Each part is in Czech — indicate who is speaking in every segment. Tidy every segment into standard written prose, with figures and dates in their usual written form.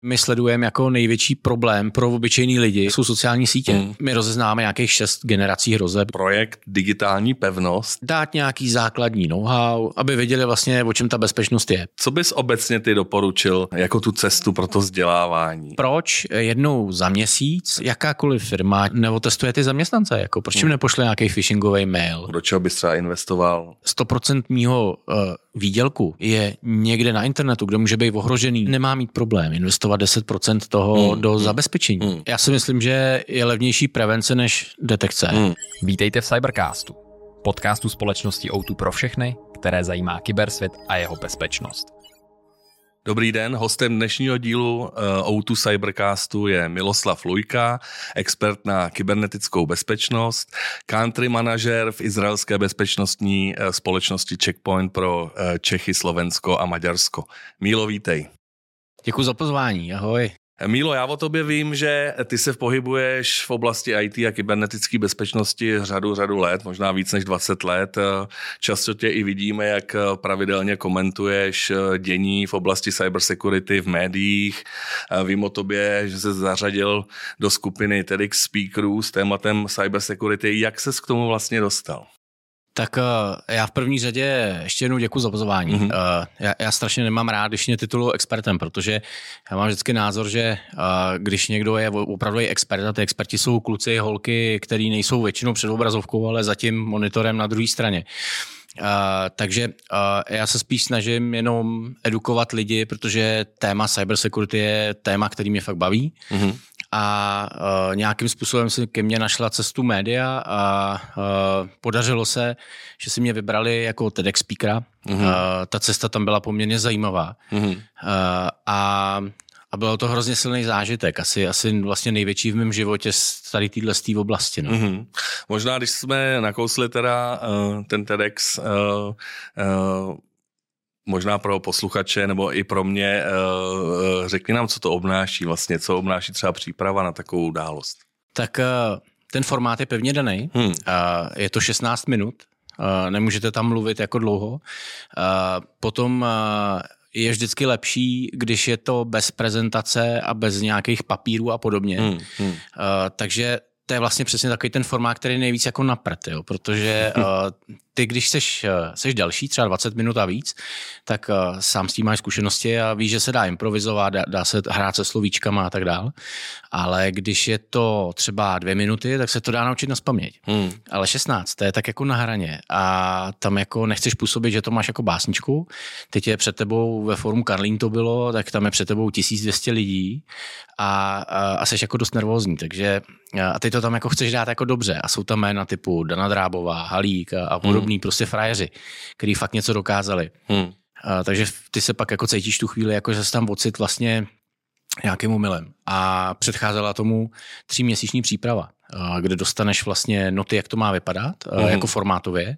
Speaker 1: my sledujeme jako největší problém pro obyčejný lidi jsou sociální sítě. My rozeznáme nějakých 6 generací hrozeb.
Speaker 2: Projekt Digitální pevnost.
Speaker 1: Dát nějaký základní know-how, aby věděli vlastně, o čem ta bezpečnost je.
Speaker 2: Co bys obecně ty doporučil jako tu cestu pro to vzdělávání?
Speaker 1: Proč jednou za měsíc jakákoliv firma neotestuje ty zaměstnance? Jako, proč jim nepošle nějaký phishingový mail?
Speaker 2: Do čeho bys třeba investoval?
Speaker 1: 100% mýho výdělku je někde na internetu, kde může být ohrožený. Nemá mít problém investovat 10% toho do zabezpečení. Já si myslím, že je levnější prevence než detekce.
Speaker 3: Vítejte v Cybercastu, podcastu společnosti O2 pro všechny, které zajímá kybersvět a jeho bezpečnost.
Speaker 2: Dobrý den, hostem dnešního dílu O2 Cybercastu je Miloslav Lujka, expert na kybernetickou bezpečnost, country manažer v izraelské bezpečnostní společnosti Checkpoint pro Čechy, Slovensko a Maďarsko. Mílo, vítej.
Speaker 1: Děkuji za pozvání, ahoj.
Speaker 2: Mílo, já o tobě vím, že ty se pohybuješ v oblasti IT a kybernetické bezpečnosti řadu let, možná víc než 20 let. Často tě i vidíme, jak pravidelně komentuješ dění v oblasti cybersecurity v médiích. Vím o tobě, že se zařadil do skupiny TEDx speakerů s tématem cybersecurity. Jak ses k tomu vlastně dostal?
Speaker 1: Tak já v první řadě ještě jednou děkuji za pozvání. Já strašně nemám rád, když mě titulují expertem, protože já mám vždycky názor, že když někdo je opravdu expert, a ty experti jsou kluci, holky, který nejsou většinou před obrazovkou, ale za tím monitorem na druhé straně. Takže já se spíš snažím jenom edukovat lidi, protože téma cybersecurity je téma, který mě fakt baví. A nějakým způsobem si ke mně našla cestu média a podařilo se, že si mě vybrali jako TEDx speakera. Ta cesta tam byla poměrně zajímavá. A bylo to hrozně silný zážitek. Asi vlastně největší v mém životě z tady téhle oblasti. No.
Speaker 2: Možná, když jsme nakousli teda ten TEDx, možná pro posluchače nebo i pro mě, řekni nám, co to obnáší vlastně, co obnáší třeba příprava na takovou událost.
Speaker 1: Tak ten formát je pevně daný, je to 16 minut, nemůžete tam mluvit jako dlouho. Potom je vždycky lepší, když je to bez prezentace a bez nějakých papírů a podobně. Takže to je vlastně přesně takový ten formát, který je nejvíc jako na prd, jo, protože ty, když seš další, třeba 20 minut a víc, tak sám s tím máš zkušenosti a víš, že se dá improvizovat, dá se hrát se slovíčkama a tak dál, ale když je to třeba 2 minuty, tak se to dá naučit nazpaměť. Ale 16, to je tak jako na hraně a tam jako nechceš působit, že to máš jako básničku, teď je před tebou ve fórum Karlín to bylo, tak tam je před tebou 1200 lidí a seš jako dost nervózní, takže a ty to tam jako chceš dát jako dobře a jsou tam jména typu Dana Drábová, Halík a podobný prostě frajeři, který fakt něco dokázali. Takže ty se pak jako cítíš tu chvíli, jako že se tam ocit vlastně nějakým omylem. A předcházela tomu 3měsíční příprava, kde dostaneš vlastně noty, jak to má vypadat, jako formátově.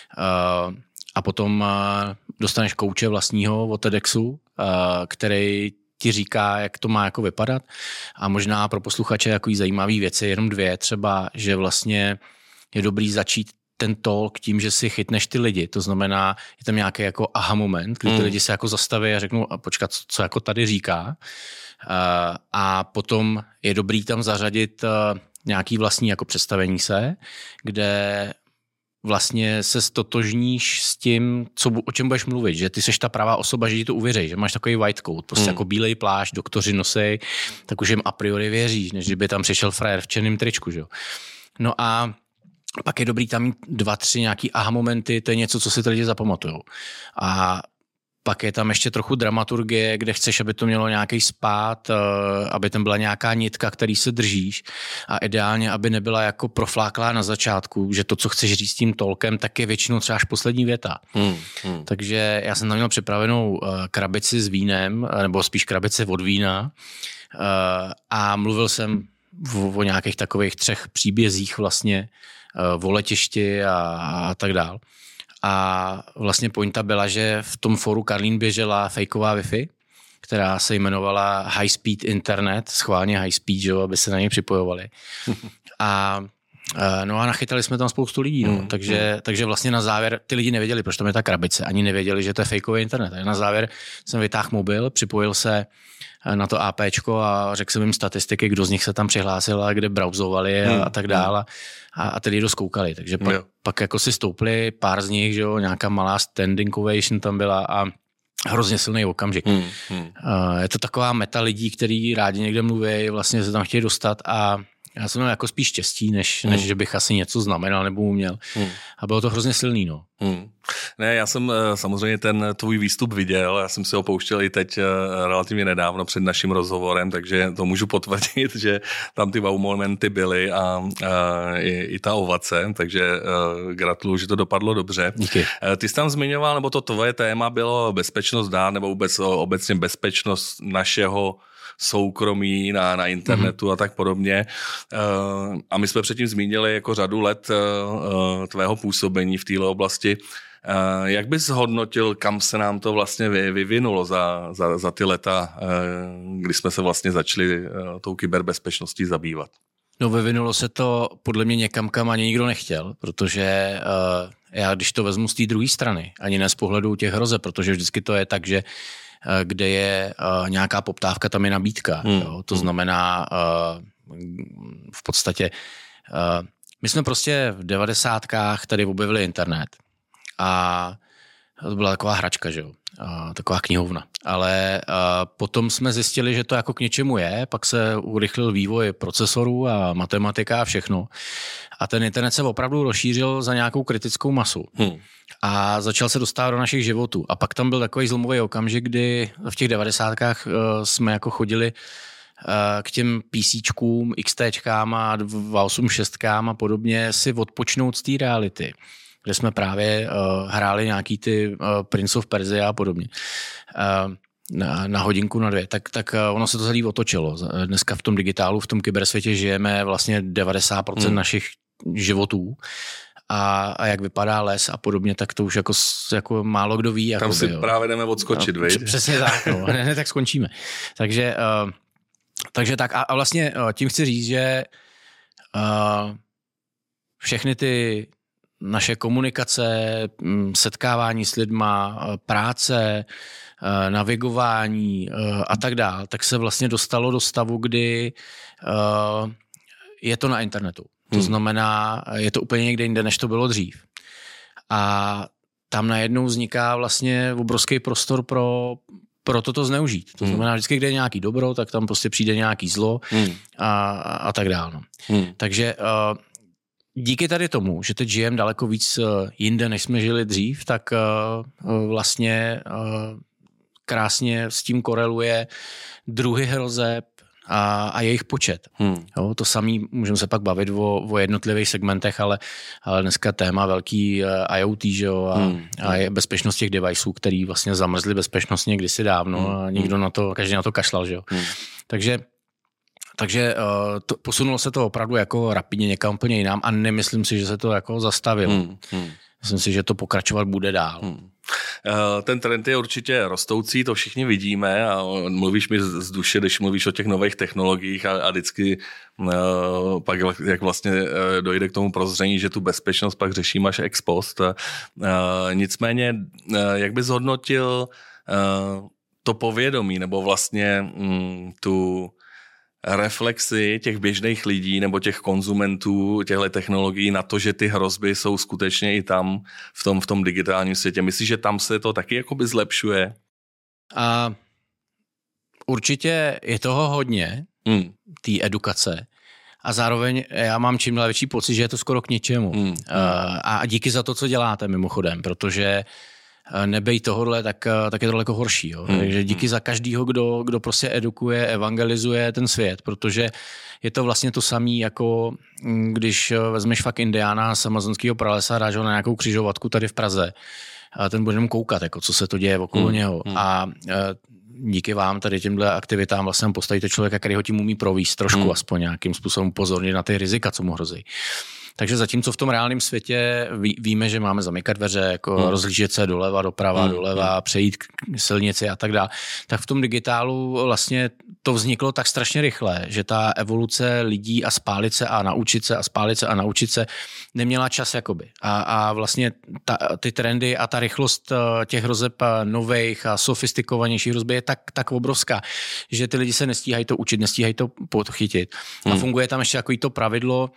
Speaker 1: A potom dostaneš kouče vlastního od TEDxu, který ti říká, jak to má jako vypadat. A možná pro posluchače jako zajímavý věci, jenom 2, třeba, že vlastně je dobrý začít ten talk tím, že si chytneš ty lidi. To znamená, je tam nějaký jako aha moment, kdy ty lidi se jako zastaví a řeknou, a počkat, co jako tady říká. A potom je dobrý tam zařadit nějaký vlastní jako představení se, kde vlastně se stotožníš s tím, o čem budeš mluvit, že ty seš ta pravá osoba, že ti to uvěří, že máš takový white coat, prostě jako bílej plášť, doktoři nosej, tak už jim a priori věříš, než kdyby tam přišel frajer v černém tričku, že jo. No a pak je dobrý tam mít 2-3 nějaký aha momenty, to je něco, co si ty lidi zapamatujou. A pak je tam ještě trochu dramaturgie, kde chceš, aby to mělo nějaký spád, aby tam byla nějaká nitka, který se držíš a ideálně, aby nebyla jako profláklá na začátku, že to, co chceš říct tím tolkem, tak je většinou třeba až poslední věta. Takže já jsem tam měl připravenou krabici s vínem, nebo spíš krabici od vína a mluvil jsem o nějakých takových 3 příbězích vlastně, o letišti a tak dál. A vlastně pointa byla, že v tom fóru Karlín běžela fejková Wi-Fi, která se jmenovala High Speed Internet, schválně High Speed, že, aby se na něj připojovali. A No a nachytali jsme tam spoustu lidí, no. Takže vlastně na závěr ty lidi nevěděli, proč tam je ta krabice, ani nevěděli, že to je fejkový internet. A na závěr jsem vytáhl mobil, připojil se na to APčko a řekl jsem jim statistiky, kdo z nich se tam přihlásil a kde browsovali a tak dále. A ty lidi doskoukali, takže pak jako si stoupli pár z nich, že jo, nějaká malá standing ovation tam byla a hrozně silný okamžik. Je to taková meta lidí, kteří rádi někde mluví, vlastně se tam chtějí dostat a já jsem měl jako spíš štěstí, než že bych asi něco znamenal nebo uměl. A bylo to hrozně silný, no.
Speaker 2: Ne, já jsem samozřejmě ten tvůj výstup viděl, já jsem si ho pouštěl i teď relativně nedávno před naším rozhovorem, takže to můžu potvrdit, že tam ty wow momenty byly a i ta ovace, takže gratuluju, že to dopadlo dobře.
Speaker 1: Díky.
Speaker 2: Ty jsi tam zmiňoval, nebo to tvoje téma bylo bezpečnost dát, nebo vůbec obecně bezpečnost našeho soukromí na internetu a tak podobně. A my jsme předtím zmínili jako řadu let tvého působení v této oblasti. Jak bys zhodnotil, kam se nám to vlastně vyvinulo za ty leta, kdy jsme se vlastně začali tou kyberbezpečností zabývat?
Speaker 1: No vyvinulo se to podle mě někam, kam ani nikdo nechtěl, protože já když to vezmu z té druhé strany, ani ne z pohledu těch hrozeb, protože vždycky to je tak, že kde je nějaká poptávka, tam je nabídka. Jo? To znamená v podstatě my jsme prostě v 90kách tady objevili internet a to byla taková hračka, že jo? Taková knihovna. Ale potom jsme zjistili, že to jako k něčemu je, pak se urychlil vývoj procesorů a matematika a všechno. A ten internet se opravdu rozšířil za nějakou kritickou masu. A začal se dostávat do našich životů. A pak tam byl takový zlomový okamžik, kdy v těch 90kách jsme jako chodili k těm PCčkům, XTčkám a 286kám a podobně si odpočnout z té reality, kde jsme právě hráli nějaký ty Prince of Persia a podobně. Na hodinku, na 2, tak ono se to celý otočilo. Dneska v tom digitálu, v tom kybersvětě žijeme vlastně 90% našich životů a jak vypadá les a podobně, tak to už jako málo kdo ví.
Speaker 2: Tam si právě jdeme odskočit, viď?
Speaker 1: Přesně tak, no. Ne, tak skončíme. Takže tak a vlastně tím chci říct, že všechny ty naše komunikace, setkávání s lidma, práce, navigování a tak dále, tak se vlastně dostalo do stavu, kdy je to na internetu. To znamená, je to úplně někde jinde, než to bylo dřív. A tam najednou vzniká vlastně obrovský prostor pro toto zneužít. To znamená, vždycky, kde je nějaký dobro, tak tam prostě přijde nějaký zlo a tak dále. No. Takže díky tady tomu, že teď žijeme daleko víc jinde, než jsme žili dřív, tak vlastně krásně s tím koreluje druhy hrozeb a jejich počet. Jo, to samý můžeme se pak bavit o jednotlivých segmentech, ale dneska téma velký IoT, že jo, a je bezpečnost těch deviceů, který vlastně zamrzli bezpečnostně kdysi dávno a každý na to kašlal, že jo. Takže posunulo se to opravdu jako rapidně někam úplně jinam a nemyslím si, že se to jako zastavilo. Myslím si, že to pokračovat bude dál.
Speaker 2: Ten trend je určitě rostoucí, to všichni vidíme a mluvíš mi z duše, když mluvíš o těch nových technologiích a vždycky pak jak vlastně dojde k tomu prozření, že tu bezpečnost pak řeším až ex post. Nicméně, jak bys zhodnotil to povědomí nebo vlastně tu reflexy těch běžných lidí nebo těch konzumentů těchto technologií na to, že ty hrozby jsou skutečně i tam v tom digitálním světě. Myslíš, že tam se to taky jakoby zlepšuje? Určitě je toho hodně, té edukace. A zároveň já mám čím dál větší pocit, že je to skoro k ničemu. A díky za to, co děláte mimochodem, protože nebej tohodle, tak je to daleko horší. Jo? Takže díky za každýho, kdo prostě edukuje, evangelizuje ten svět, protože je to vlastně to samé, jako když vezmeš fakt indiána z amazonského pralesa a dáš ho na nějakou křižovatku tady v Praze a ten bude jenom koukat, jako, co se to děje okolo něho. A díky vám tady těmhle aktivitám vlastně postavíte člověka, který ho tím umí províst trošku, aspoň nějakým způsobem upozornit na ty rizika, co mu hrozí.
Speaker 1: Takže zatímco v tom reálném světě víme, že máme zamykat dveře, jako rozhlížet se doleva, doprava, doleva, přejít k silnici a tak dále, tak v tom digitálu vlastně to vzniklo tak strašně rychle, že ta evoluce lidí a spálit se a naučit se a spálit se a naučit se neměla čas jakoby. A vlastně ty trendy a ta rychlost těch hrozeb nových a sofistikovanějších hrozby je tak obrovská, že ty lidi se nestíhají to učit, nestíhají to podchytit. A funguje tam ještě takový to pravidlo,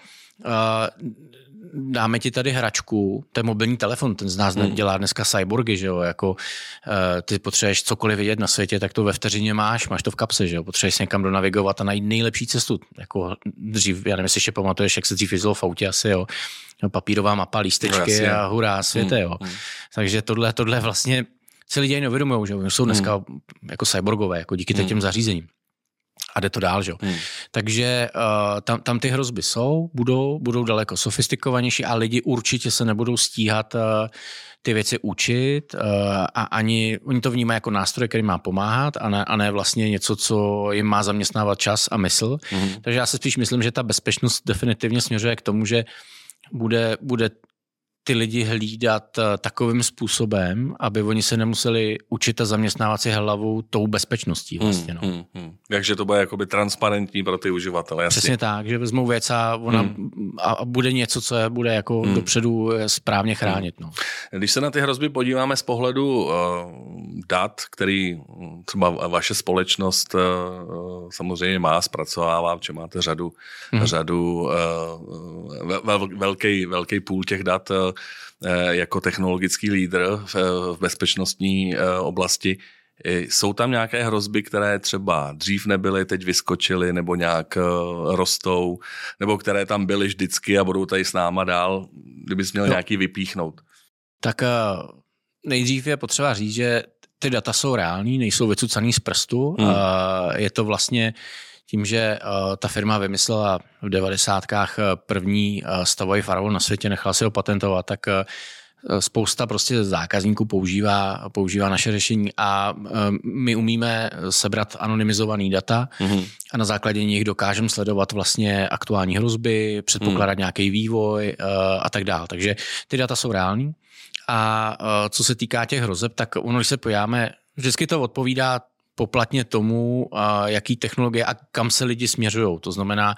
Speaker 1: dáme ti tady hračku, to je mobilní telefon, ten z nás dělá dneska cyborgy, že jo, jako ty potřebuješ cokoliv vidět na světě, tak to ve vteřině máš to v kapse, že jo, potřebuješ se někam donavigovat a najít nejlepší cestu, jako dřív, já nevím, jestli ještě pamatuješ, jak se dřív jezdilo v autě asi, jo, papírová mapa, lístečky a hurá, světe, jo. Takže tohle vlastně si lidi neuvědomujou, že jo, jsou dneska jako cyborgové, jako díky těm zařízením. A jde to dál, že jo. Takže tam ty hrozby jsou, budou daleko sofistikovanější a lidi určitě se nebudou stíhat ty věci učit a ani oni to vnímají jako nástroj, který má pomáhat a ne vlastně něco, co jim má zaměstnávat čas a mysl. Takže já se spíš myslím, že ta bezpečnost definitivně směřuje k tomu, že bude ty lidi hlídat takovým způsobem, aby oni se nemuseli učit a zaměstnávat si hlavu tou bezpečností vlastně. No.
Speaker 2: Takže to bude jakoby transparentní pro ty uživatele. Jasně.
Speaker 1: Přesně tak, že vezmou věc a bude něco, co je bude jako dopředu správně chránit. No.
Speaker 2: Když se na ty hrozby podíváme z pohledu dat, který třeba vaše společnost samozřejmě má, zpracovává, protože máte řadu velký půl těch dat jako technologický lídr v bezpečnostní oblasti. Jsou tam nějaké hrozby, které třeba dřív nebyly, teď vyskočily nebo nějak rostou, nebo které tam byly vždycky a budou tady s náma dál, kdybys měl nějaký vypíchnout?
Speaker 1: Tak nejdřív je potřeba říct, že ty data jsou reální, nejsou vycucaný z prstu. Je to vlastně tím, že ta firma vymyslela v 90kách první stavový firewall na světě, nechala si ho patentovat, tak spousta prostě zákazníků používá naše řešení a my umíme sebrat anonymizovaný data a na základě nich dokážeme sledovat vlastně aktuální hrozby, předpokládat nějaký vývoj a tak dále. Takže ty data jsou reální a co se týká těch hrozeb, tak ono, když se pojáme, vždycky to odpovídá poplatně tomu, jaký technologie a kam se lidi směřují. To znamená,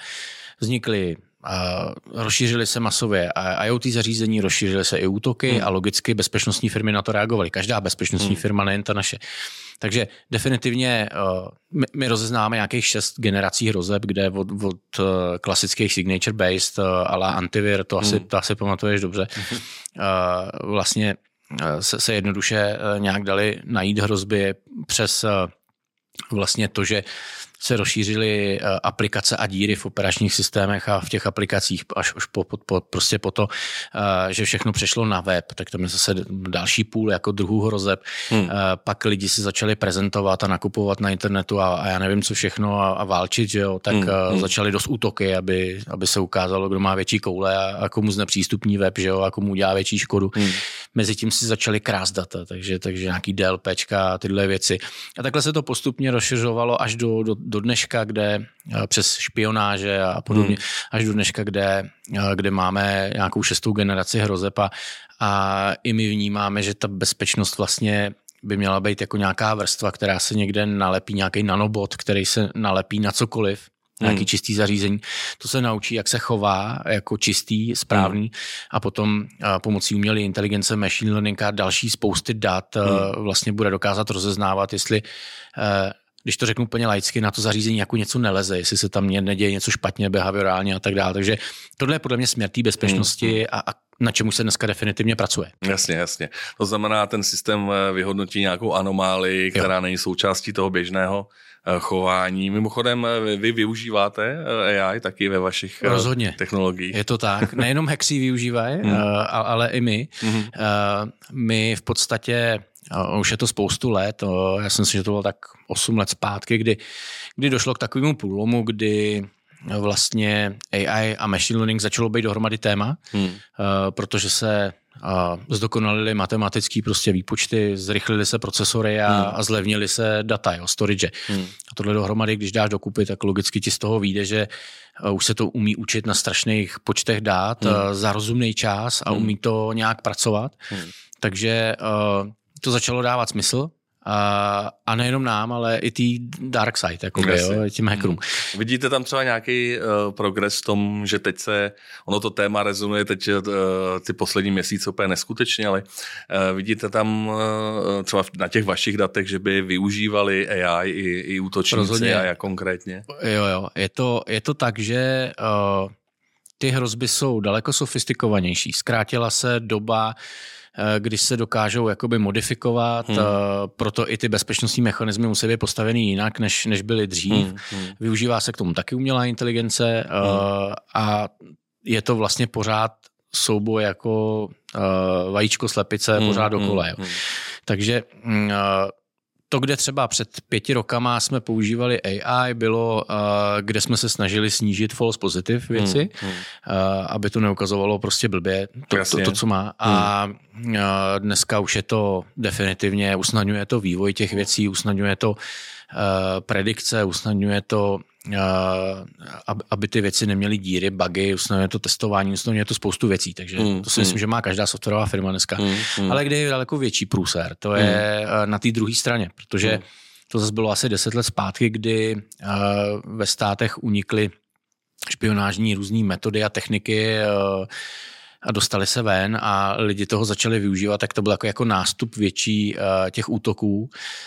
Speaker 1: rozšířily se masově IoT zařízení, rozšířily se i útoky a logicky bezpečnostní firmy na to reagovaly. Každá bezpečnostní firma, nejen ta naše. Takže definitivně my rozeznáme nějakých 6 generací hrozeb, kde od klasických signature-based a la antivir, to asi pamatuješ dobře, vlastně se jednoduše nějak dali najít hrozby přes vlastně to, že se rozšířily aplikace a díry v operačních systémech a v těch aplikacích až prostě po to, že všechno přešlo na web, tak tam je zase další půl jako druhů hrozeb. Pak lidi si začali prezentovat a nakupovat na internetu a já nevím co všechno a válčit, že jo, tak začaly dost útoky, aby se ukázalo, kdo má větší koule a komu znepřístupní web, že jo, a komu udělá větší škodu. Mezitím si začali krást data, takže nějaký DLPčka a tyhle věci. A takhle se to postupně rozšiřovalo až do dneška, kde přes špionáže a podobně, až do dneška, kde máme nějakou 6. generaci hrozeb a i my vnímáme, že ta bezpečnost vlastně by měla být jako nějaká vrstva, která se někde nalepí, nějaký nanobot, který se nalepí na cokoliv, nějaký čistý zařízení. To se naučí, jak se chová jako čistý, správný a potom pomocí umělé inteligence, machine learning a další spousty dat vlastně bude dokázat rozeznávat, jestli když to řeknu úplně laicky, na to zařízení jako něco neleze, jestli se tam neděje něco špatně, behaviorálně a tak dále. Takže tohle je podle mě směr té bezpečnosti a na čemu se dneska definitivně pracuje.
Speaker 2: Jasně. To znamená, ten systém vyhodnotí nějakou anomálii, která není součástí toho běžného chování. Mimochodem, vy využíváte AI taky ve vašich technologiích?
Speaker 1: Je to tak. Nejenom hackři využívají, ale i my. My v podstatě už je to spoustu let, já si myslím, že to bylo tak 8 let zpátky, kdy došlo k takovému průlomu, kdy vlastně AI a machine learning začalo být dohromady téma, protože se zdokonalily matematický prostě výpočty, zrychlily se procesory a zlevnily se data, storage. A tohle dohromady, když dáš dokupy, tak logicky ti z toho vyjde, že už se to umí učit na strašných počtech dát za rozumný čas a umí to nějak pracovat. Takže to začalo dávat smysl. A nejenom nám, ale i tý dark side, jakoby, tím hackerům.
Speaker 2: Vidíte tam třeba nějaký progres v tom, že teď ono to téma rezonuje teď ty poslední měsíce úplně neskutečně, ale vidíte tam třeba na těch vašich datech, že by využívali AI i útočníci AI konkrétně?
Speaker 1: Jo, je to tak, že ty hrozby jsou daleko sofistikovanější. Zkrátila se doba, když se dokážou jakoby modifikovat, proto i ty bezpečnostní mechanismy musí být postavený jinak, než byly dřív. Využívá se k tomu taky umělá inteligence a je to vlastně pořád souboj jako vajíčko slepice pořád dokola. Jo. Takže to, kde třeba před 5 rokama jsme používali AI, bylo, kde jsme se snažili snížit false positive věci, aby to neukazovalo prostě blbě to co má. A dneska už je to definitivně, usnadňuje to vývoj těch věcí, usnadňuje to predikce, usnadňuje to, aby ty věci neměly díry, bugy, usnadňuje to testování, usnadňuje to spoustu věcí, takže to si myslím, že má každá softwarová firma dneska. Ale kde je daleko větší průser, to je na té druhé straně, protože to zase bylo asi 10 let zpátky, kdy ve státech unikly špionážní různý metody a techniky a dostali se ven a lidi toho začali využívat, tak to byl jako nástup větší těch útoků,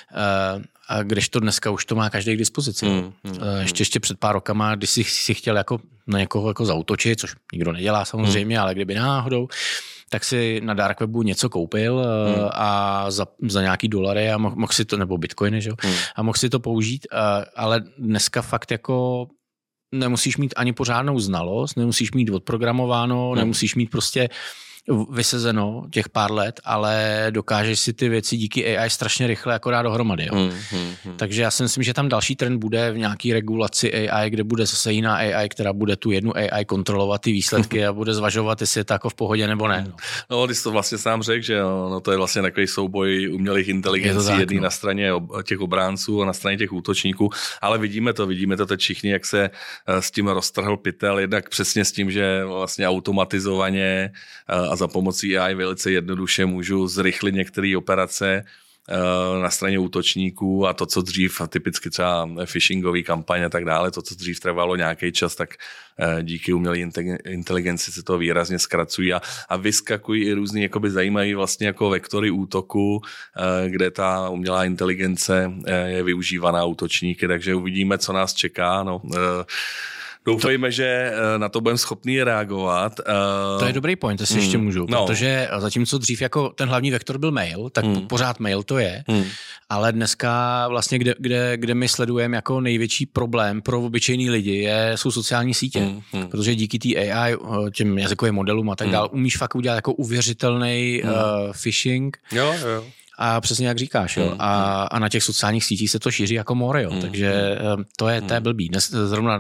Speaker 1: a kdežto dneska už to má každý k dispozici. Ještě před pár rokama, když si chtěl jako na někoho jako zaútočit, což nikdo nedělá samozřejmě, ale kdyby náhodou, tak si na dark webu něco koupil a za nějaký dolary a mohl si to, nebo bitcoiny, že jo, a mohl si to použít, ale dneska fakt jako nemusíš mít ani pořádnou znalost, nemusíš mít odprogramováno, nemusíš mít prostě vysezeno těch pár let, ale dokážeš si ty věci díky AI strašně rychle jako dát dohromady. Jo. Takže já si myslím, že tam další trend bude v nějaký regulaci AI, kde bude zase jiná AI, která bude tu jednu AI kontrolovat ty výsledky a bude zvažovat, jestli je to jako v pohodě nebo ne.
Speaker 2: No, když to vlastně sám řekl, že no, to je vlastně takový souboj umělých inteligencí, jedný na straně těch obránců a na straně těch útočníků, ale vidíme to teď všichni, jak se s tím roztrhl pytel, jednak přesně s tím, že vlastně automatizovaně a za pomocí AI velice jednoduše můžu zrychlit některé operace na straně útočníků a to, co dřív, typicky třeba phishingový kampaně a tak dále, to, co dřív trvalo nějaký čas, tak díky umělé inteligenci se to výrazně zkracují a vyskakují i různý jakoby zajímavý vlastně jako vektory útoku, kde ta umělá inteligence je využívaná útočníky, takže uvidíme, co nás čeká. No, doufejme, že na to budeme schopný reagovat.
Speaker 1: To je dobrý point, jestli ještě můžu, protože zatímco dřív jako ten hlavní vektor byl mail, tak pořád mail to je, ale dneska vlastně, kde my sledujeme jako největší problém pro obyčejný lidi jsou sociální sítě, protože díky té AI, těm jazykovým modelům a tak dále, umíš fakt udělat jako uvěřitelný phishing. Jo. A přesně jak říkáš, jo. A na těch sociálních sítích se to šíří jako more, jo. Takže to je blbý. Dnes zrovna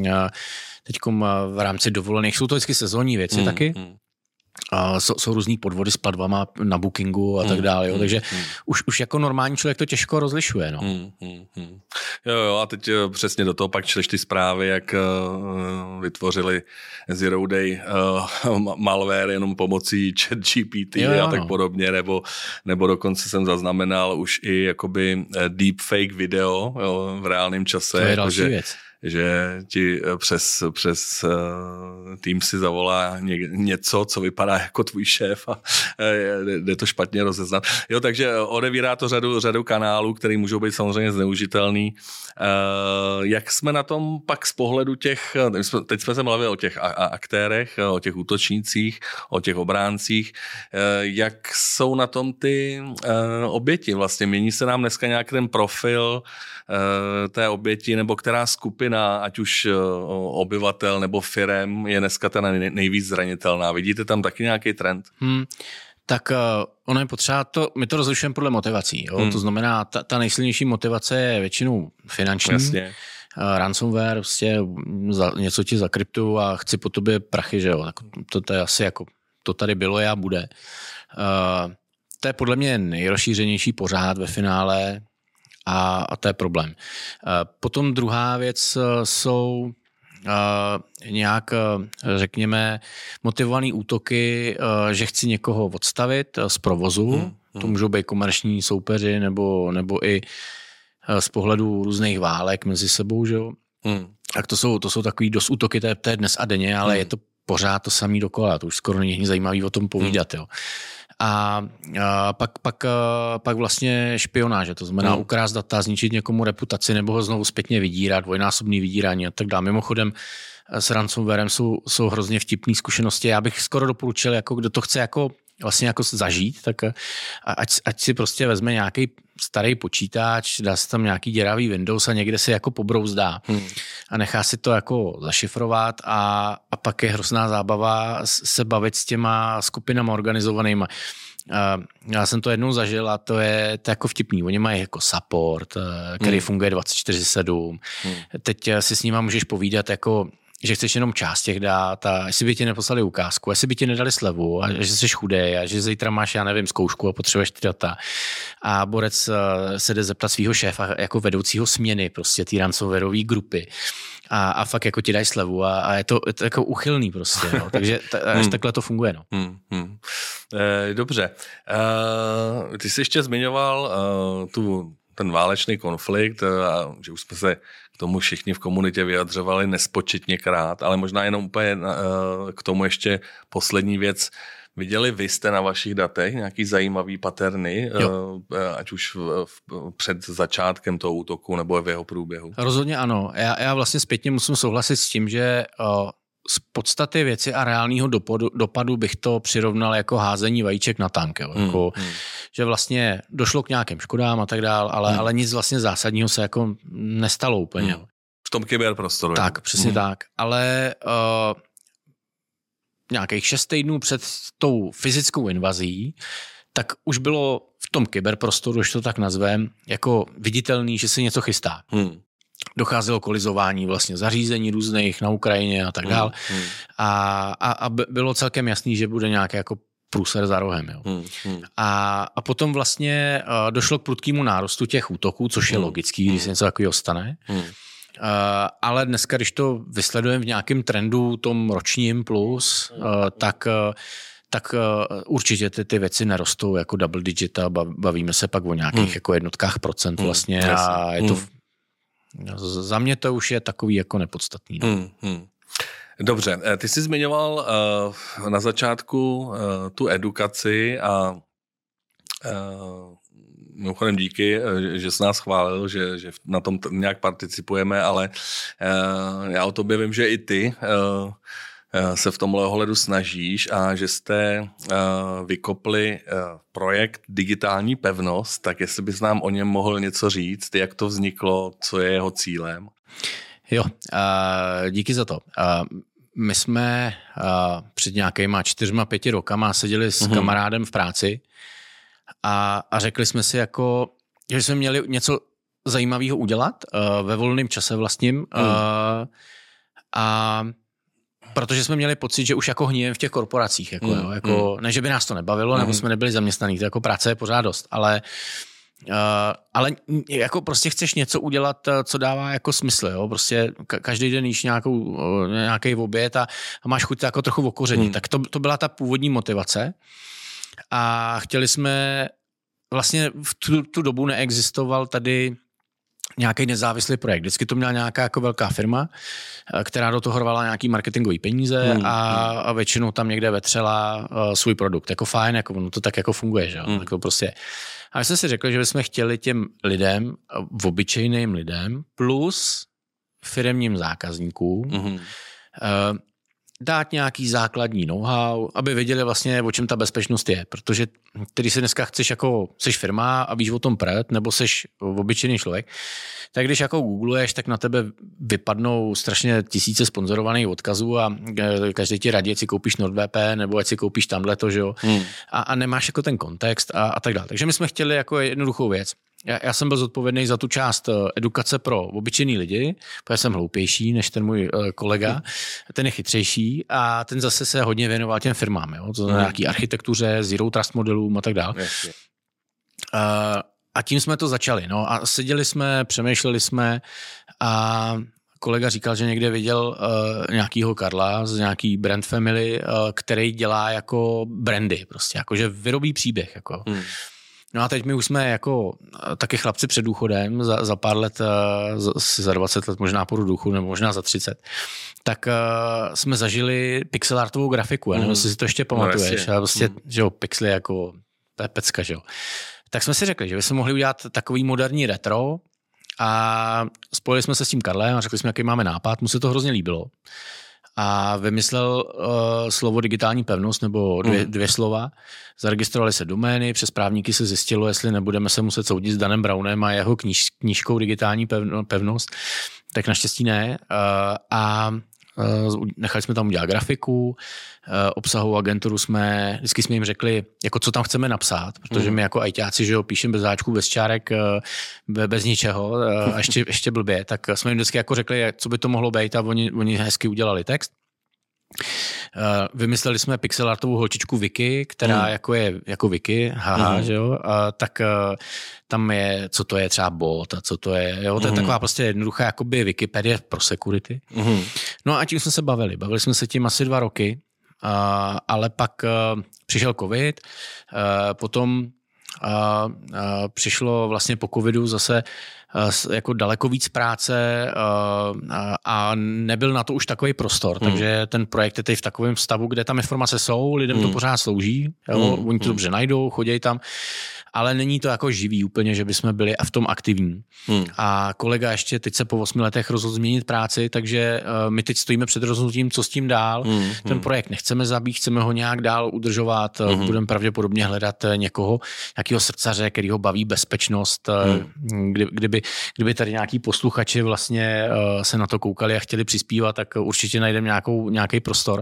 Speaker 1: teďkom v rámci dovolených, jsou to vždycky sezónní věci taky. Jsou různý podvody s platbama na Bookingu a tak dále, jo. Takže už jako normální člověk to těžko rozlišuje, no.
Speaker 2: Jo, a teď přesně do toho pak čteš ty zprávy, jak vytvořili Zero Day malware jenom pomocí ChatGPT a tak podobně, nebo dokonce jsem zaznamenal už i jakoby deepfake video, jo, v reálném čase.
Speaker 1: To je další věc.
Speaker 2: Že ti přes tým si zavolá něco, co vypadá jako tvůj šéf a jde to špatně rozeznat. Jo, takže odevírá to řadu kanálů, které můžou být samozřejmě zneužitelný. Jak jsme na tom pak z pohledu těch, teď jsme se mluvili o těch aktérech, o těch útočnících, o těch obráncích, jak jsou na tom ty oběti vlastně? Mění se nám dneska nějak ten profil té oběti, nebo která skupina, ať už obyvatel nebo firem, je dneska ta nejvíc zranitelná? Vidíte tam taky nějaký trend?
Speaker 1: Tak ono je potřeba my to rozlišujeme podle motivací. Jo? To znamená, ta nejsilnější motivace je většinou finanční.
Speaker 2: Jasně.
Speaker 1: ransomware, prostě něco ti zakryptuju a chci po tobě prachy, že jo. Tak to je asi jako, to tady bylo a bude. To je podle mě nejrozšířenější pořád ve finále a to je problém. Potom druhá věc jsou nějak, řekněme, motivované útoky, že chci někoho odstavit z provozu. To můžou být komerční soupeři nebo i z pohledu různých válek mezi sebou, že jo. Tak to jsou takový dost útoky, to je dnes a denně, ale je to pořád to samý dokola, to už skoro není zajímavý o tom povídat, jo. A pak vlastně špionáže, to znamená ukrást data, zničit někomu reputaci nebo ho znovu zpětně vydírat, dvojnásobný vydírání a tak dále. Mimochodem s ransomwarem jsou hrozně vtipné zkušenosti. Já bych skoro doporučil, jako kdo to chce vlastně zažít, tak ať si prostě vezme nějaký starý počítač, dá si tam nějaký děravý Windows a někde si jako pobrouzdá a nechá si to jako zašifrovat a pak je hrozná zábava se bavit s těma skupinama organizovanýma. Já jsem to jednou zažil a to je jako vtipný. Oni mají jako support, který funguje 24/7. Teď si s nima můžeš povídat jako že chceš jenom část těch dát a jestli by ti neposlali ukázku, jestli by ti nedali slevu a že jsi chudej a že zítra máš, já nevím, zkoušku a potřebuješ ty data. A borec se jde zeptat svého šéfa jako vedoucího směny prostě té ransomwareové grupy. A fakt jako ti dají slevu a je to jako uchylný prostě. No. Takže až takhle to funguje. No.
Speaker 2: Dobře. Ty jsi ještě zmiňoval ten válečný konflikt, že už jsme se k tomu všichni v komunitě vyjadřovali nespočetněkrát, ale možná jenom úplně k tomu ještě poslední věc. Viděli vy jste na vašich datech nějaký zajímavý paterny, ať už před začátkem toho útoku nebo v jeho průběhu?
Speaker 1: Rozhodně ano. Já vlastně zpětně musím souhlasit s tím, že z podstaty věci a reálného dopadu bych to přirovnal jako házení vajíček na tank. Jako, že vlastně došlo k nějakým škodám a tak dál, ale nic vlastně zásadního se jako nestalo úplně.
Speaker 2: V tom kyberprostoru.
Speaker 1: Tak, přesně tak. Ale nějakých 6 týdnů před tou fyzickou invazí, tak už bylo v tom kyberprostoru, když to tak nazvem, jako viditelný, že se něco chystá. Docházelo k kolizování vlastně zařízení různých na Ukrajině a tak dál. A bylo celkem jasný, že bude nějaký jako průser za rohem. Jo. A potom vlastně došlo k prudkému nárostu těch útoků, což je logický, když se něco takového stane. Ale dneska, když to vysledujeme v nějakém trendu, tom ročním plus, tak určitě ty věci nerostou jako double digit a bavíme se pak o nějakých jako jednotkách procent vlastně a je to za mě to už je takový jako nepodstatný.
Speaker 2: Dobře, ty jsi zmiňoval na začátku tu edukaci a mimochodem díky, že jsi nás chválil, že na tom nějak participujeme, ale já o tobě vím, že i ty se v tomhle ohledu snažíš a že jste vykopli projekt Digitální pevnost, tak jestli bys nám o něm mohl něco říct, jak to vzniklo, co je jeho cílem?
Speaker 1: Jo, díky za to. My jsme před nějakýma 4-5 rokama seděli s kamarádem v práci a řekli jsme si jako, že jsme měli něco zajímavého udělat ve volném čase vlastním a protože jsme měli pocit, že už jako hníjeme v těch korporacích. Ne, že by nás to nebavilo, nebo jsme nebyli zaměstnaní, to jako práce je pořád dost, ale jako prostě chceš něco udělat, co dává jako smysl, jo? Prostě každý den jíš nějaký oběd a máš chuť jako trochu okořenit. Tak to byla ta původní motivace a chtěli jsme, vlastně v tu dobu neexistoval tady nějaký nezávislý projekt. Vždycky to měla nějaká jako velká firma, která do toho rvala nějaký marketingový peníze a většinou tam někde vetřela svůj produkt. Jako fajn, jako ono to tak jako funguje, že jo? Tak to prostě. A my jsme si řekli, že bychom chtěli těm lidem, obyčejným lidem, plus firemním zákazníkům, dát nějaký základní know-how, aby věděli vlastně, o čem ta bezpečnost je. Protože když si dneska chceš jako, seš firma a víš o tom prd, nebo seš obyčejný člověk, tak když jako googluješ, tak na tebe vypadnou strašně tisíce sponzorovaných odkazů a každý ti radí, ať si koupíš NordVPN, nebo ať si koupíš tamhleto, že jo. A nemáš jako ten kontext a tak dále. Takže my jsme chtěli jako jednoduchou věc. Já jsem byl zodpovědný za tu část edukace pro obyčejný lidi, protože jsem hloupější než ten můj kolega, ten je chytřejší a ten zase se hodně věnoval těm firmám, jo? To znamená nějaký architektuře, zero trust modelům a tak dále. A tím jsme to začali. No a seděli jsme, přemýšleli jsme a kolega říkal, že někde viděl nějakýho Karla z nějaký brand family, který dělá jako brandy, prostě, jakože vyrobí příběh. Jako. No a teď my už jsme jako taky chlapci před důchodem, za pár let, za 20 let možná po duchu, nebo možná za 30, tak jsme zažili pixelartovou grafiku, nevím, jestli si to ještě pamatuješ, a prostě, že jo, pixely jako, to je pecka, že jo. Tak jsme si řekli, že bychom mohli udělat takový moderní retro a spojili jsme se s tím Karlem a řekli jsme, jaký máme nápad, mu se to hrozně líbilo. A vymyslel slovo digitální pevnost, nebo dvě slova. Zaregistrovali se domény, přes právníky se zjistilo, jestli nebudeme se muset soudit s Danem Brownem a jeho knížkou digitální pevnost. Tak naštěstí ne. A nechali jsme tam udělat grafiku, obsahovou agenturu vždycky jsme jim řekli, jako co tam chceme napsat, protože my jako ajťáci, že jo, píšeme bez záčků, bez čárek, bez ničeho a ještě blbě, tak jsme jim vždycky jako řekli, co by to mohlo být a oni hezky udělali text. Vymysleli jsme pixelartovou holčičku Vicky, která je jako Vicky, že jo, tak tam je, co to je třeba bot a co to je, jo, to je taková prostě jednoduchá jakoby Wikipedie pro security. No a tím jsme se bavili jsme se tím asi 2 roky, ale pak přišel covid, potom přišlo vlastně po covidu zase jako daleko víc práce a nebyl na to už takový prostor, takže ten projekt je teď v takovém stavu, kde tam informace jsou, lidem to pořád slouží, jo? Oni to dobře najdou, chodí tam, ale není to jako živý úplně, že bychom byli v tom aktivní. A kolega ještě teď se po 8 letech rozhodl změnit práci, takže my teď stojíme před rozhodnutím, co s tím dál. Ten projekt nechceme zabít, chceme ho nějak dál udržovat, budeme pravděpodobně hledat někoho, nějakého srdcaře, který ho baví bezpečnost, kdyby tady nějaký posluchači vlastně se na to koukali a chtěli přispívat, tak určitě najdeme nějaký prostor.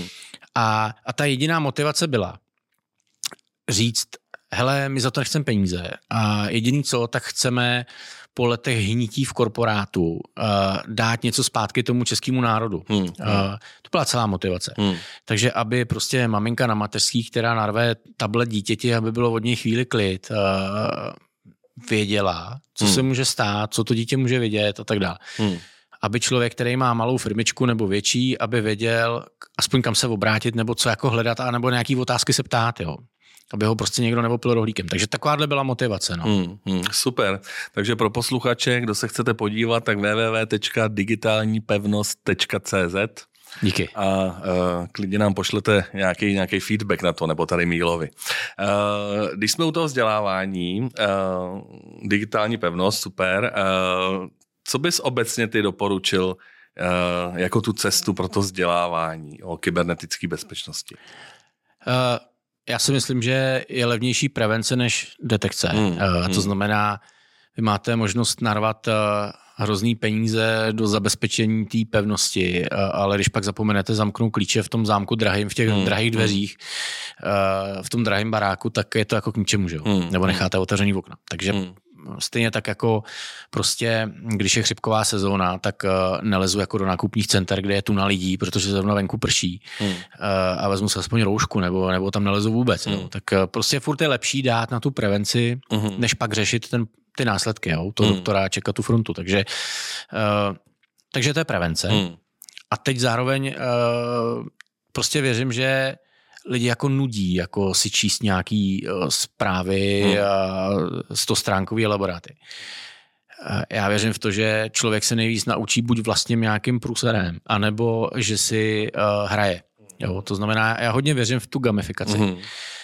Speaker 1: A ta jediná motivace byla říct, hele, my za to nechceme peníze a jediný co, tak chceme po letech hnití v korporátu dát něco zpátky tomu českému národu. To byla celá motivace. Takže aby prostě maminka na mateřský, která narve tablet dítěti, aby bylo od něj chvíli klid, věděla, co se může stát, co to dítě může vidět a tak dále. Aby člověk, který má malou firmičku nebo větší, aby věděl aspoň kam se obrátit nebo co jako hledat a nebo nějaký otázky se ptát, jo. Aby ho prostě někdo neopil rohlíkem. Takže takováhle byla motivace. No.
Speaker 2: Super. Takže pro posluchače, kdo se chcete podívat, tak www.digitálnipevnost.cz.
Speaker 1: Díky.
Speaker 2: A klidně nám pošlete nějaký feedback na to, nebo tady Mílovi. Když jsme u toho vzdělávání, digitální pevnost, super. Co bys obecně ty doporučil jako tu cestu pro to vzdělávání o kybernetické bezpečnosti?
Speaker 1: Já si myslím, že je levnější prevence než detekce. To znamená, vy máte možnost narvat hrozný peníze do zabezpečení té pevnosti, ale když pak zapomenete zamknout klíče v tom zámku drahým, v těch drahých dveřích, v tom drahém baráku, tak je to jako k ničemu, že jo? Nebo necháte otevřený okna. Takže stejně tak jako prostě, když je chřipková sezóna, tak nelezu jako do nákupních center, kde je tuna lidí, protože zrovna venku prší a vezmu se aspoň roušku, nebo tam nelezu vůbec. Jo. Tak prostě furt je lepší dát na tu prevenci, než pak řešit ty následky, jo, toho doktora čekat tu frontu. Takže to je prevence. A teď zároveň prostě věřím, že lidi jako nudí, jako si číst nějaký zprávy, 100stránkový elaboráty. Já věřím v to, že člověk se nejvíc naučí buď vlastním nějakým průserem, anebo že si hraje. Jo? To znamená, já hodně věřím v tu gamifikaci.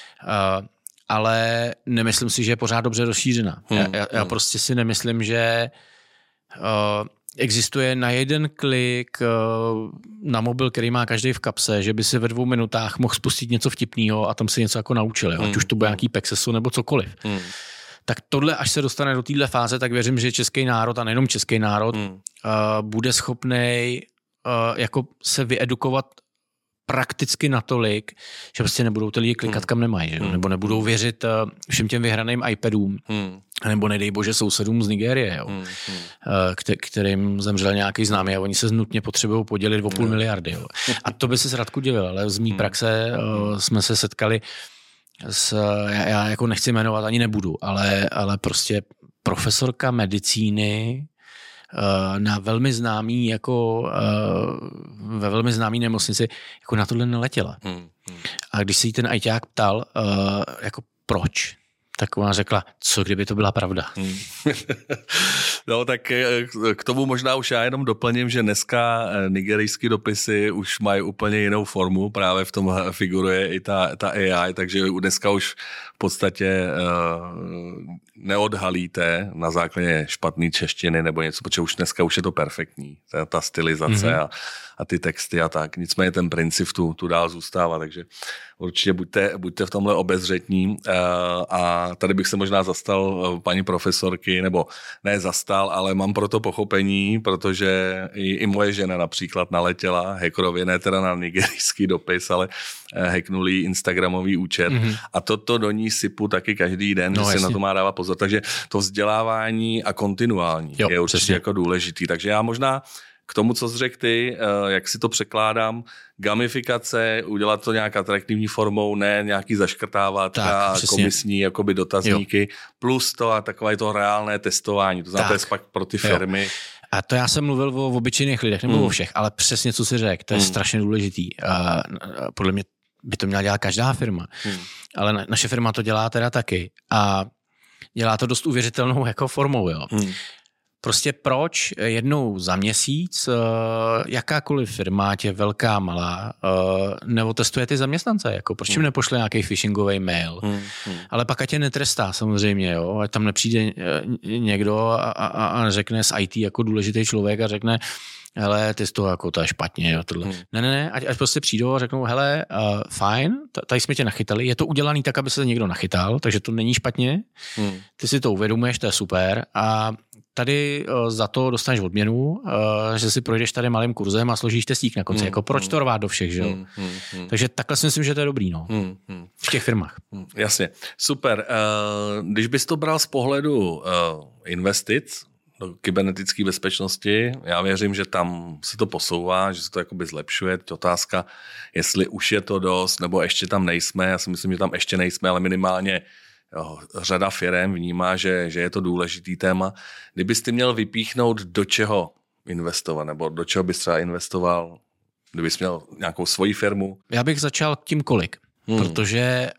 Speaker 1: Ale nemyslím si, že je pořád dobře rozšířena. Já prostě si nemyslím, že existuje na jeden klik na mobil, který má každý v kapse, že by si ve 2 minutách mohl spustit něco vtipného a tam si něco jako naučil, ať už to bude nějaký Pexesu nebo cokoliv. Tak tohle, až se dostane do téhle fáze, tak věřím, že český národ a nejenom český národ bude schopnej jako se vyedukovat prakticky natolik, že prostě nebudou ty lidi klikat kam nemají, nebo nebudou věřit všem těm vyhraným iPadům nebo nedej bože sousedům z Nigérie, jo, kterým zemřel nějaký známý a oni se nutně potřebují podělit o 500 miliardy. Jo. A to by se Radku divil, ale z mý praxe jsme se setkali já jako nechci jmenovat, ani nebudu, ale prostě profesorka medicíny na velmi známý ve velmi známý nemocnici jako na tohle neletěla. A když se jí ten ajťák ptal, jako proč, tak ona řekla, co kdyby to byla pravda.
Speaker 2: No tak k tomu možná už já jenom doplním, že dneska nigerijské dopisy už mají úplně jinou formu, právě v tom figuruje i ta AI, takže dneska už v podstatě neodhalíte na základě špatný češtiny nebo něco, protože už dneska už je to perfektní, ta stylizace a ty texty a tak. Nicméně ten princip tu dál zůstává, takže určitě buďte v tomhle obezřetní. A tady bych se možná zastal paní profesorky, nebo ne zastal, ale mám pro to pochopení, protože i moje žena například naletěla hackerově, ne teda na nigerijský dopis, ale hacknuli instagramový účet a toto do ní sypu taky každý den, že si na to má dávat pozor. Takže to vzdělávání a kontinuální je určitě jako důležitý. Takže já možná k tomu, co jsi řekl ty, jak si to překládám, gamifikace, udělat to nějak atraktivní formou, ne nějaký zaškrtávátka, komisní jakoby dotazníky, plus to a takové to reálné testování. To znamená, to je pak pro ty firmy.
Speaker 1: A to já jsem mluvil o obyčejných lidech, nebo o všech, ale přesně co si řekl, to je strašně důležitý. Podle mě by to měla dělat každá firma. Ale naše firma to dělá teda taky. A dělá to dost uvěřitelnou jako formou, jo. Prostě proč jednou za měsíc jakákoliv firma, tě velká, malá, neotestuje ty zaměstnance, jako proč jim nepošle nějaký phishingový mail, ale pak ať tě netrestá samozřejmě, jo, ať tam nepřijde někdo a řekne z IT jako důležitý člověk a řekne, hele, ty z toho jako to je špatně, jo, tohle. Ne, ať prostě přijdou a řeknou, hele, fajn, tady jsme tě nachytali, je to udělaný tak, aby se někdo nachytal, takže to není špatně, ty si to uvědomuješ, to je super a tady za to dostaneš odměnu, že si projdeš tady malým kurzem a složíš testík na konci. Jako proč to rvát do všech, že jo? Takže takhle si myslím, že to je dobrý, no. V těch firmách.
Speaker 2: Jasně. Super. Když bys to bral z pohledu investic do kybernetické bezpečnosti, já věřím, že tam se to posouvá, že se to jakoby zlepšuje. Otázka, jestli už je to dost, nebo ještě tam nejsme. Já si myslím, že tam ještě nejsme, ale minimálně řada firem vnímá, že je to důležitý téma. Kdybys ty měl vypíchnout, do čeho investovat, nebo do čeho bys třeba investoval, kdybys měl nějakou svoji firmu?
Speaker 1: Já bych začal tím kolik, protože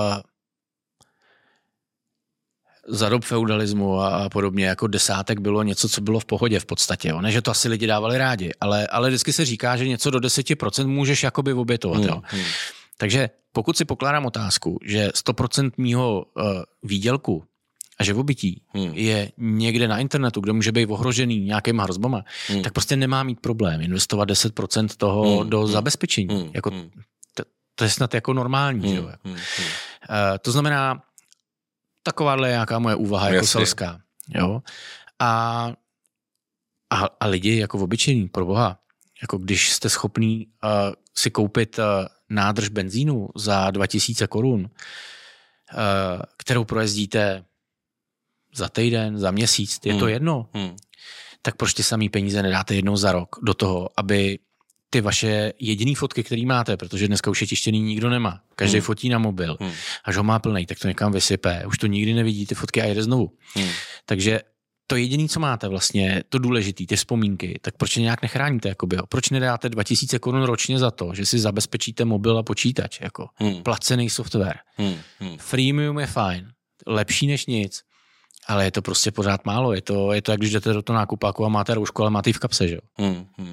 Speaker 1: za dob feudalismu a podobně jako desátek bylo něco, co bylo v pohodě v podstatě. Ne, že to asi lidi dávali rádi, ale vždycky se říká, že něco do 10% můžeš jakoby obětovat. Jo. Takže pokud si pokládám otázku, že 100% mýho výdělku a živobytí je někde na internetu, kde může být ohrožený nějakýma hrozbama, tak prostě nemá mít problém investovat 10% toho do zabezpečení. Jako, to je snad jako normální. Jo? To znamená, takováhle je nějaká moje úvaha jako selská. Jo? A lidi jako obyčejní, pro boha, jako když jste schopný si koupit nádrž benzínu za 2000 korun, kterou projezdíte za týden, za měsíc, je to jedno, tak proč ty samý peníze nedáte jednou za rok do toho, aby ty vaše jediný fotky, který máte, protože dneska už je tištěný nikdo nemá, každý fotí na mobil, až ho má plnej, tak to někam vysype, už to nikdy nevidí, ty fotky a jede znovu. Takže to jediné, co máte vlastně, to důležité, ty vzpomínky, tak proč je nějak nechráníte? Jakoby, proč nedáte 2000 korun ročně za to, že si zabezpečíte mobil a počítač? Jako placený software. Freemium je fajn, lepší než nic, ale je to prostě pořád málo. Je to jak když jdete do toho nákupáku a máte roušku, ale máte ji v kapse, že jo?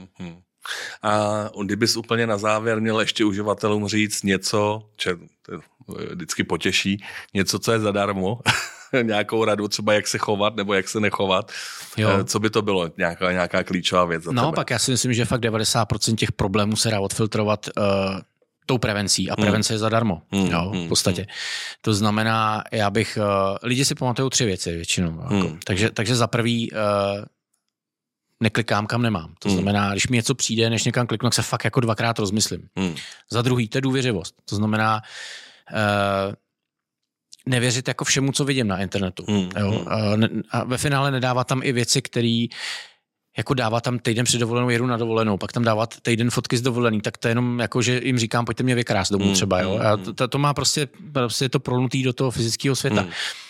Speaker 2: A kdybys úplně na závěr měl ještě uživatelům říct něco, že vždycky potěší, něco, co je zadarmo, nějakou radu, třeba jak se chovat nebo jak se nechovat. Jo. Co by to bylo? Nějaká klíčová věc za tebe?
Speaker 1: Pak já si myslím, že fakt 90% těch problémů se dá odfiltrovat tou prevencí a prevence je zadarmo. V podstatě. To znamená, lidi si pamatují 3 věci většinou. Jako. Takže za prvý neklikám, kam nemám. To znamená, když mi něco přijde, než někam kliknu, tak se fakt jako 2krát rozmyslím. Za druhý, to je důvěřivost. To znamená, nevěřit jako všemu, co vidím na internetu. Jo? A ve finále nedávat tam i věci, které jako dává tam týden před dovolenou, jedu na dovolenou, pak tam dávat týden fotky z dovolený, tak to je jenom jako, že jim říkám, pojďte mě vykrást domů třeba, jo. A to má prostě je to prolnutý do toho fyzického světa.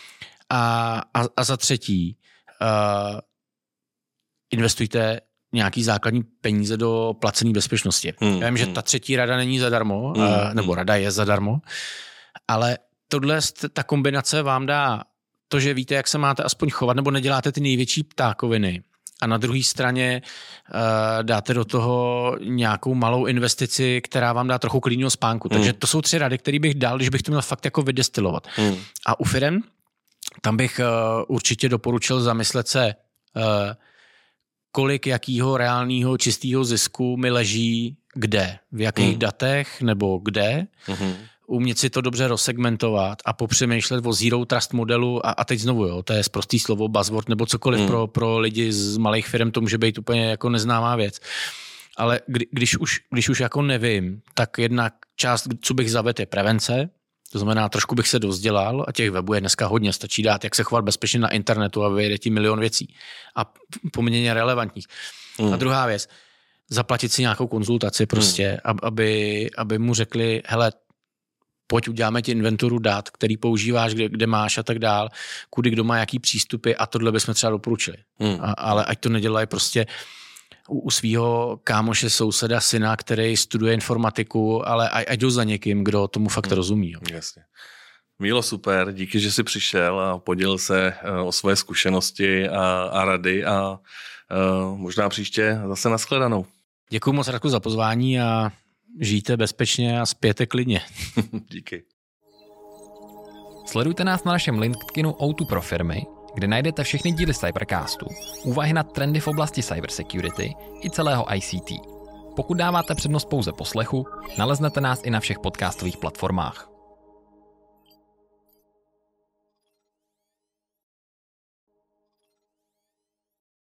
Speaker 1: A za třetí, investujte nějaký základní peníze do placené bezpečnosti. Já vím, že ta třetí rada není zadarmo, nebo rada je zadarmo, ale ta kombinace vám dá to, že víte, jak se máte aspoň chovat, nebo neděláte ty největší ptákoviny. A na druhé straně dáte do toho nějakou malou investici, která vám dá trochu klidného spánku. Takže to jsou 3 rady, které bych dal, když bych to měl fakt jako vydestilovat. A u firem, tam bych určitě doporučil zamyslet se, kolik jakýho reálného čistého zisku mi leží kde, v jakých datech nebo kde. Umět si to dobře rozsegmentovat a popřemýšlet o zero trust modelu a teď znovu, jo, to je sprostý slovo, buzzword nebo cokoliv pro lidi z malých firm, to může být úplně jako neznámá věc. Ale když už jako nevím, tak jedna část, co bych zavedl, je prevence, to znamená, trošku bych se dozdělal a těch webů je dneska hodně, stačí dát, jak se chovat bezpečně na internetu a vyjde ti milion věcí a poměrně relevantních. A druhá věc, zaplatit si nějakou konzultaci prostě, aby mu řekli, hele, pojď uděláme ti inventuru dat, který používáš, kde máš a tak dál, kudy kdo má jaký přístupy a tohle bychom třeba doporučili. Ale ať to nedělají prostě u svého kámoše, souseda, syna, který studuje informatiku, ale ať jdou za někým, kdo tomu fakt rozumí. Jo.
Speaker 2: Jasně. Mílo, super, díky, že jsi přišel a podělil se o svoje zkušenosti a rady a možná příště zase nashledanou.
Speaker 1: Děkuji moc, Radku, za pozvání a žijte bezpečně a spějte klidně.
Speaker 2: Díky.
Speaker 3: Sledujte nás na našem LinkedInu O2 pro firmy, kde najdete všechny díly Cybercastu, úvahy na trendy v oblasti cybersecurity i celého ICT. Pokud dáváte přednost pouze poslechu, naleznete nás i na všech podcastových platformách.